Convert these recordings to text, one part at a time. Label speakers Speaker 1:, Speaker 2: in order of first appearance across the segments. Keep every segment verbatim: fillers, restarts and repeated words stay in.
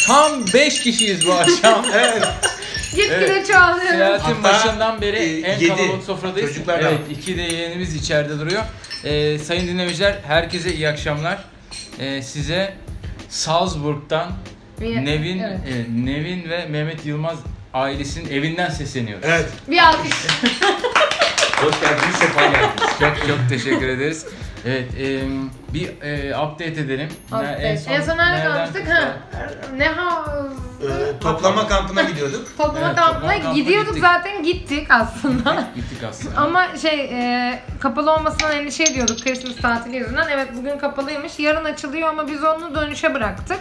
Speaker 1: Tam beş kişiyiz bu akşam.
Speaker 2: Evet.
Speaker 3: Gitgide
Speaker 1: Evet.
Speaker 3: çoğalıyoruz.
Speaker 1: Seyahatin
Speaker 2: Hatta,
Speaker 1: başından beri
Speaker 2: e,
Speaker 1: en
Speaker 2: yedi
Speaker 1: kalabalık sofradayız.
Speaker 2: çocuklar da.
Speaker 1: Evet, iki de yeğenimiz içeride duruyor. Ee, sayın dinleyiciler, herkese iyi akşamlar. Ee, size Salzburg'dan
Speaker 3: Bir-
Speaker 1: Nevin,
Speaker 3: evet.
Speaker 1: e, Nevin ve Mehmet Yılmaz ailesinin evinden sesleniyoruz.
Speaker 2: Evet.
Speaker 3: Bir alkış.
Speaker 2: Hoş geldiniz, sefa geldiniz.
Speaker 1: Çok çok teşekkür ederiz. Evet, e, bir e, update edelim. Ne-
Speaker 3: Update. En son nerede
Speaker 1: nereden-
Speaker 3: kalmıştık? Ha. Ne ha?
Speaker 2: Ee, toplama kampına gidiyorduk.
Speaker 3: Toplama
Speaker 1: Evet,
Speaker 3: kampına
Speaker 1: toplama kampına
Speaker 3: gidiyorduk
Speaker 1: gittik.
Speaker 3: zaten gittik aslında.
Speaker 1: Gittik aslında.
Speaker 3: Ama şey e, kapalı olmasından endişe ediyorduk Christmas tatili yüzünden. Evet bugün kapalıymış. Yarın açılıyor ama biz onu dönüşe bıraktık.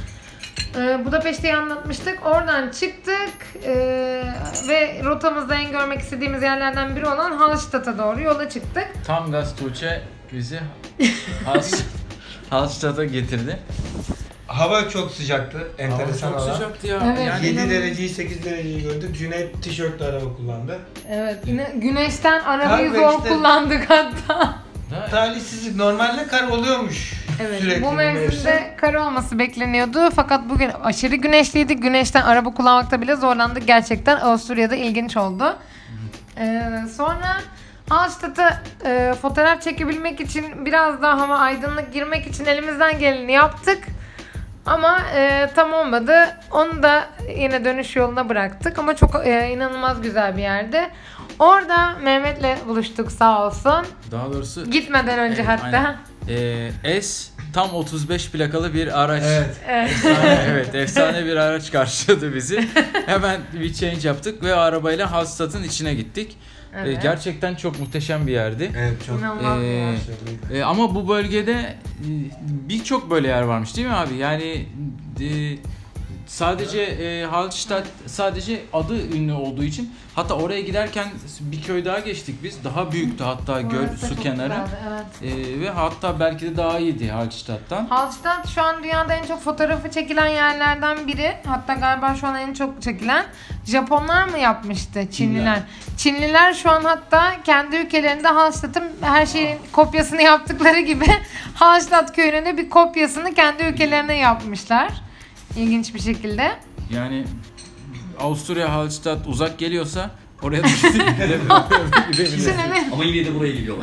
Speaker 3: E, Budapeşte'yi anlatmıştık. Oradan çıktık e, ve rotamızda en görmek istediğimiz yerlerden biri olan Hallstatt'a doğru yola çıktık.
Speaker 1: Tam gaz Tuğçe bizi Hals, Hallstatt'a getirdi.
Speaker 2: Hava çok sıcaktı, enteresan
Speaker 1: Hava çok
Speaker 2: olan.
Speaker 1: sıcaktı ya.
Speaker 3: Evet.
Speaker 1: Yani
Speaker 2: yedi dereceyi, sekiz dereceyi gördük. Cüneyt tişörtle araba kullandı.
Speaker 3: Evet yine güneşten arabayı
Speaker 2: Kar ve
Speaker 3: zor
Speaker 2: işte-
Speaker 3: kullandık hatta.
Speaker 1: da-
Speaker 2: Talihsizlik. Normalde kar oluyormuş.
Speaker 3: Evet,
Speaker 2: Sürekli
Speaker 3: bu mevsimde kar olması bekleniyordu fakat bugün aşırı güneşliydi. Güneşten araba kullanmakta bile zorlandık. Gerçekten Avusturya'da ilginç oldu. Ee, sonra Hallstatt'a e, fotoğraf çekebilmek için biraz daha hava aydınlık girmek için elimizden geleni yaptık. Ama e, tam olmadı. Onu da yine dönüş yoluna bıraktık. Ama çok e, inanılmaz güzel bir yerdi. Orada Mehmet'le buluştuk sağ olsun.
Speaker 1: Daha doğrusu
Speaker 3: Gitmeden önce
Speaker 1: Evet,
Speaker 3: hatta.
Speaker 1: aynen. Ee, S tam otuz beş plakalı bir araç.
Speaker 2: Evet.
Speaker 3: Evet.
Speaker 1: Efsane, evet, efsane bir araç karşıladı bizi. Hemen bir change yaptık ve arabayla Hallstatt'ın içine gittik. Ee,
Speaker 3: Evet.
Speaker 1: gerçekten çok muhteşem bir yerdi.
Speaker 2: Evet, çok
Speaker 3: İnanılmaz bir yer.
Speaker 1: Ee, e, ama bu bölgede e, birçok böyle yer varmış değil mi abi? Yani e, sadece e, Hallstatt sadece adı ünlü olduğu için, hatta oraya giderken bir köy daha geçtik biz. Daha büyüktü hatta göl,
Speaker 3: Orası da
Speaker 1: su
Speaker 3: çok
Speaker 1: kenarı.
Speaker 3: güzeldi, evet.
Speaker 1: E, ve hatta belki de daha iyiydi Hallstatt'tan.
Speaker 3: Hallstatt şu an dünyada en çok fotoğrafı çekilen yerlerden biri. Hatta galiba şu an en çok çekilen. Japonlar mı yapmıştı? Çinliler.
Speaker 1: Çinliler.
Speaker 3: Çinliler şu an hatta kendi ülkelerinde Hallstatt'ın her şeyin kopyasını yaptıkları gibi Hallstatt köyünün de bir kopyasını kendi ülkelerine yapmışlar. İlginç bir şekilde.
Speaker 1: Yani Avusturya Hallstatt uzak geliyorsa oraya da gidebiliriz.
Speaker 3: Düşünelim.
Speaker 4: Ama yine de buraya geliyorlar.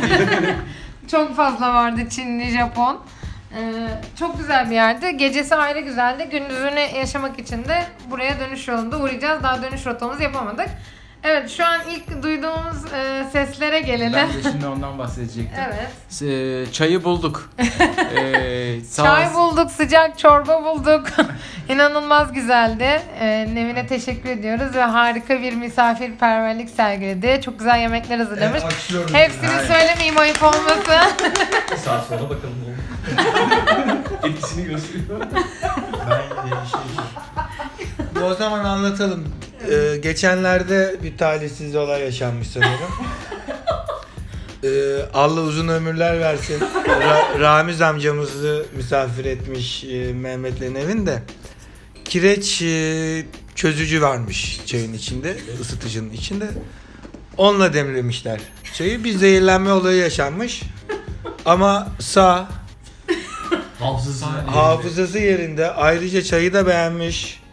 Speaker 3: Çok fazla vardı Çinli, Japon. Ee, çok güzel bir yerdi. Gecesi ayrı güzeldi. Gündüzünü yaşamak için de buraya dönüş yolunda uğrayacağız. Daha dönüş rotamızı yapamadık. Evet, şu an ilk duyduğumuz e, seslere gelelim.
Speaker 1: Ben de şimdi ondan bahsedecektim.
Speaker 3: Evet.
Speaker 1: E, çayı bulduk. E, sağ
Speaker 3: Çay
Speaker 1: olsun.
Speaker 3: bulduk, sıcak çorba bulduk. İnanılmaz güzeldi. Ee, Nevin'e teşekkür ediyoruz ve harika bir misafirperverlik sergiledi. Çok güzel yemekler hazırlamış.
Speaker 2: Evet, alkışlıyorum.
Speaker 3: Hepsini
Speaker 1: Aynen.
Speaker 3: söylemeyeyim ayıp olmasın.
Speaker 4: Bir saat sonra bakalım ne oldu. Etkisini gösteriyor.
Speaker 2: Ben de şey... O zaman anlatalım. Ee, geçenlerde bir talihsiz olay yaşanmış sanırım. Ee, Allah uzun ömürler versin. Ra- Ramiz amcamızı misafir etmiş e, Mehmet'le Nevin de. Kireç e, çözücü varmış çayın içinde, ısıtıcının içinde. Onunla demlemişler çayı. Bir zehirlenme olayı yaşanmış. Ama sağ,
Speaker 4: Hafızası.
Speaker 2: hafızası yerinde. Ayrıca çayı da beğenmiş.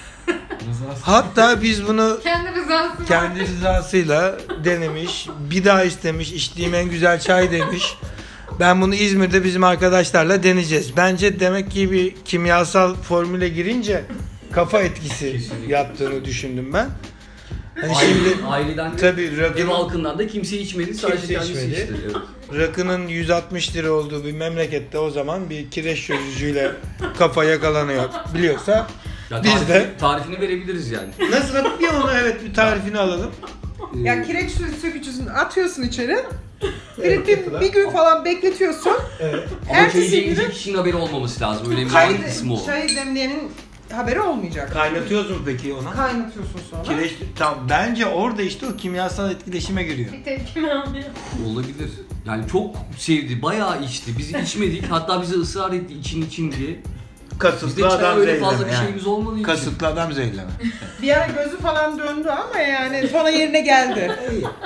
Speaker 2: Hatta biz bunu
Speaker 3: Kendi rızası.
Speaker 2: kendi rızasıyla denemiş. Bir daha istemiş. İçtiğim en güzel çay demiş. Ben bunu İzmir'de bizim arkadaşlarla deneyeceğiz. Bence demek ki bir kimyasal formüle girince kafa etkisi
Speaker 4: Kesinlikle.
Speaker 2: yaptığını düşündüm ben. Hani
Speaker 4: Aile,
Speaker 2: şimdi
Speaker 4: aileden de
Speaker 2: tabii
Speaker 4: ev
Speaker 2: rakının,
Speaker 4: halkından da kimse içmedi, sadece
Speaker 2: Kimse
Speaker 4: kendisi
Speaker 2: içmedi.
Speaker 4: içti. Evet.
Speaker 2: rakının yüz altmış lira olduğu bir memlekette o zaman bir kireç çözücüyle kafa yakalanıyor. Biliyorsa
Speaker 4: Ya
Speaker 2: Biz
Speaker 4: tarifi-
Speaker 2: de-
Speaker 4: tarifini verebiliriz yani.
Speaker 2: nasıl bir onu evet bir tarifini alalım.
Speaker 5: Ya kireç sü- sökücüsünü atıyorsun içeri. Bir,
Speaker 2: Evet,
Speaker 5: bir,
Speaker 2: katılar.
Speaker 5: bir gün falan bekletiyorsun.
Speaker 2: Evet.
Speaker 4: Ama çayı
Speaker 5: Ertesi
Speaker 4: demleyecek
Speaker 5: günü
Speaker 4: kişinin haberi olmaması lazım. Öyle bir
Speaker 5: çay,
Speaker 4: kısmı o.
Speaker 5: çay demleyenin haberi olmayacak.
Speaker 2: Kaynatıyoruz mu peki onu?
Speaker 5: Kaynatıyorsun sonra.
Speaker 2: Kireç, tam bence orada işte o kimyasal etkileşime giriyor.
Speaker 3: Bir tepkimi almıyor.
Speaker 4: Olabilir. Yani çok sevdi, bayağı içti. Biz içmedik. Hatta bize ısrar etti için için diye. Bizde
Speaker 2: Kasıtlı
Speaker 4: çay
Speaker 2: adam
Speaker 4: öyle fazla
Speaker 2: zehirleme
Speaker 4: bir
Speaker 2: yani.
Speaker 4: şeyimiz olmadığı için.
Speaker 2: Kasıtlı adam zehirleme.
Speaker 5: Bir ara gözü falan döndü ama yani sonra yerine geldi.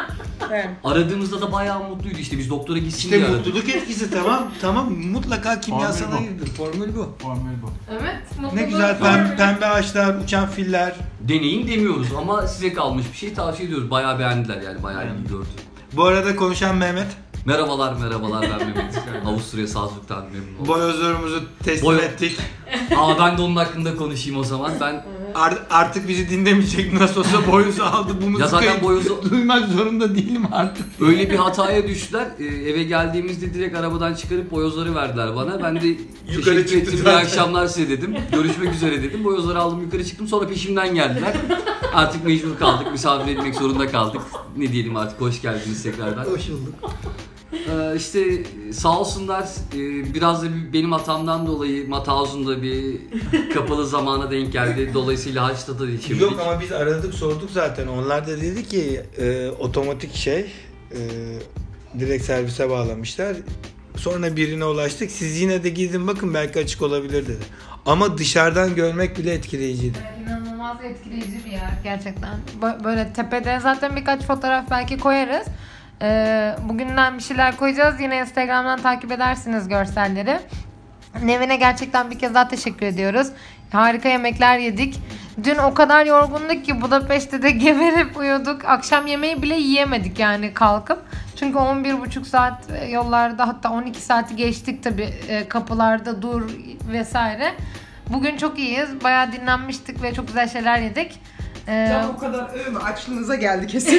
Speaker 5: Evet.
Speaker 4: Aradığımızda da bayağı mutluydu işte biz doktora gitsin
Speaker 2: İşte
Speaker 4: diye aradık.
Speaker 2: mutluluk etkisi tamam tamam mutlaka kimyasala
Speaker 1: Formül bu.
Speaker 2: girdi. Formül bu.
Speaker 1: Formül bu.
Speaker 3: Evet.
Speaker 2: Ne
Speaker 3: mutluluğun
Speaker 2: güzel
Speaker 3: formülü.
Speaker 2: pembe, pembe ağaçlar, uçan filler.
Speaker 4: Deneyim demiyoruz ama size kalmış bir şey tavsiye ediyoruz. Bayağı beğendiler yani bayağı iyi gördü.
Speaker 2: Bu arada konuşan Mehmet.
Speaker 4: Merhabalar merhabalar ben Mehmet. Avusturya Salzburg'dan memnun oldum.
Speaker 2: Boyozlarımızı teslim
Speaker 4: Boy-
Speaker 2: ettik.
Speaker 4: Aa ben de onun hakkında konuşayım o zaman. Ben
Speaker 2: Ar- artık bizi dinlemeyecek nasıl olsa boyozu aldı. Bu müzikayı
Speaker 4: zaten boyozu-
Speaker 2: duymak zorunda değilim artık.
Speaker 4: öyle bir hataya düştüler. Ee, eve geldiğimizde direkt arabadan çıkarıp boyozları verdiler bana. Ben de
Speaker 2: Yukarı
Speaker 4: teşekkür
Speaker 2: çıktı
Speaker 4: ettim. İyi
Speaker 2: zaten.
Speaker 4: akşamlar size dedim. Görüşmek üzere dedim. Boyozları aldım yukarı çıktım. Sonra peşimden geldiler. Artık mecbur kaldık. Misafir edilmek zorunda kaldık. Ne diyelim artık hoş geldiniz tekrardan.
Speaker 2: Hoş bulduk.
Speaker 4: Ee, işte sağ olsunlar e, biraz da benim hatamdan dolayı Mauthausen'da bir kapalı zamana denk geldi. Dolayısıyla Hallstatt'a yetişemedik.
Speaker 2: Yok ama biz aradık sorduk zaten. Onlar da dedi ki e, otomatik şey e, direkt servise bağlamışlar. Sonra birine ulaştık. Siz yine de gidin bakın belki açık olabilir dedi. Ama dışarıdan görmek bile etkileyiciydi.
Speaker 3: İnanılmaz etkileyici bir yer gerçekten. Bö- Böyle tepede zaten birkaç fotoğraf belki koyarız. Ee, bugünden bir şeyler koyacağız. Yine Instagram'dan takip edersiniz görselleri. Nevin'e gerçekten bir kez daha teşekkür ediyoruz. Harika yemekler yedik. Dün o kadar yorgunduk ki Budapeşte de geberip uyuduk. Akşam yemeği bile yiyemedik yani kalkıp. Çünkü on bir buçuk saat yollarda hatta on iki saati geçtik tabii kapılarda dur vesaire. Bugün çok iyiyiz. Bayağı dinlenmiştik ve çok güzel şeyler yedik. Ee,
Speaker 5: Can o kadar övme açlığınıza geldi kesin.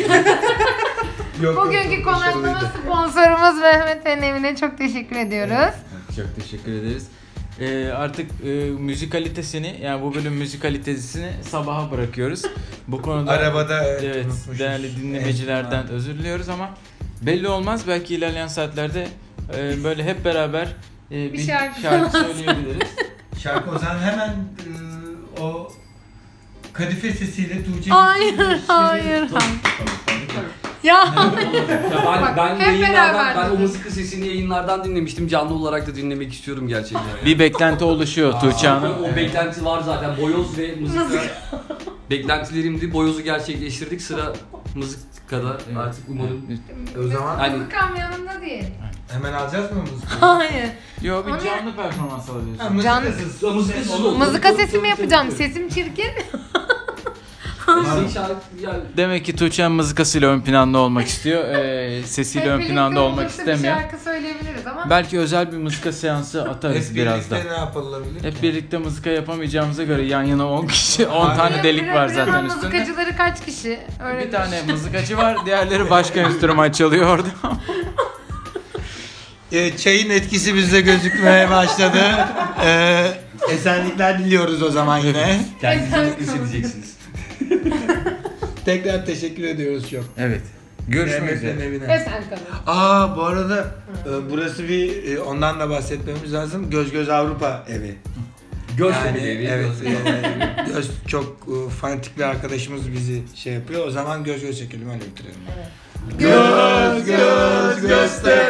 Speaker 2: Yok,
Speaker 3: bugünkü
Speaker 2: çok
Speaker 3: konaklama
Speaker 2: başarılıydı.
Speaker 3: sponsorumuz Mehmet Enevi'ne çok teşekkür ediyoruz.
Speaker 1: Evet, çok teşekkür ederiz. Ee, artık e, müzik kalitesini yani bu bölüm müzik kalitesini sabaha bırakıyoruz. Bu konuda
Speaker 2: Arabada evet,
Speaker 1: evet,
Speaker 2: unutmuşuz.
Speaker 1: değerli dinlemecilerden
Speaker 2: Evet.
Speaker 1: özür diliyoruz ama belli olmaz belki ilerleyen saatlerde e, böyle hep beraber e, bir,
Speaker 3: şarkı
Speaker 1: şarkı
Speaker 3: falan.
Speaker 1: söyleyebiliriz.
Speaker 2: Şarkı o zaman hemen e, o kadife sesiyle Tuğçe
Speaker 3: Hayır, hayır, hayır. Ya
Speaker 4: Ya ben,
Speaker 3: Bak,
Speaker 4: ben
Speaker 3: hep
Speaker 4: yayınlardan,
Speaker 3: beraber
Speaker 4: ben o
Speaker 3: dedik.
Speaker 4: mızıka sesini yayınlardan dinlemiştim. Canlı olarak da dinlemek istiyorum gerçekten. Yani.
Speaker 1: Bir beklenti oluşuyor Tuğçe Hanım.
Speaker 4: O beklenti var zaten. Boyoz ve mızıka. Beklentilerimdi. Boyozu gerçekleştirdik. Sıra mızıkada artık umarım.
Speaker 2: O zaman
Speaker 4: Hani-
Speaker 3: Mızıkam yanında değil.
Speaker 2: hemen alacağız mı müziği?
Speaker 3: Hayır.
Speaker 1: Yok bir
Speaker 3: Onu-
Speaker 1: canlı performans
Speaker 2: Ha,
Speaker 1: alabiliyorsun.
Speaker 3: Can-
Speaker 2: mızıkasız.
Speaker 4: Ya mızıkasız olur.
Speaker 3: Mızıka sesimi yapacağım. Sesim çirkin.
Speaker 4: Senin şarkı yani
Speaker 1: Demek ki Tuğçe Hanım mızıkasıyla ön planda olmak istiyor. Ee, sesiyle
Speaker 3: Hep
Speaker 1: ön
Speaker 3: birlikte
Speaker 1: planda olmak
Speaker 3: olursa
Speaker 1: istemiyor.
Speaker 3: Bir şarkı söyleyebiliriz ama.
Speaker 1: Belki özel bir mızıka seansı atarız
Speaker 2: Hep
Speaker 1: birazdan.
Speaker 2: birlikte ne yapılabilir
Speaker 1: Hep
Speaker 2: ki?
Speaker 1: birlikte mızıka yapamayacağımıza göre yan yana on kişi, on tane
Speaker 3: Bir-
Speaker 1: delik
Speaker 3: bir-
Speaker 1: var
Speaker 3: bir-
Speaker 1: zaten
Speaker 3: bir-
Speaker 1: üstünde.
Speaker 3: Mızıkacıları kaç kişi? Öyle
Speaker 1: Bir tane mızıkacı var, diğerleri başka enstrüman çalıyor orada.
Speaker 2: E, çayın etkisi bizde gözükmeye başladı. E, esenlikler diliyoruz o zaman yine.
Speaker 4: kendinizi mutlu hissedeceksiniz.
Speaker 2: Tekrar teşekkür ediyoruz çok.
Speaker 1: Evet. Görüşmek
Speaker 2: Mehmet'in
Speaker 1: üzere.
Speaker 2: evine.
Speaker 3: Esen kalın.
Speaker 2: Aa bu arada e, burası bir e, ondan da bahsetmemiz lazım. Göz Göz Avrupa evi.
Speaker 4: Görüşmek
Speaker 2: Yani,
Speaker 4: üzere.
Speaker 2: evet, e, göz çok e, fanatik bir arkadaşımız bizi şey yapıyor. O zaman göz göz çekelim öyle bitirelim.
Speaker 3: Evet.
Speaker 2: Göz göz göster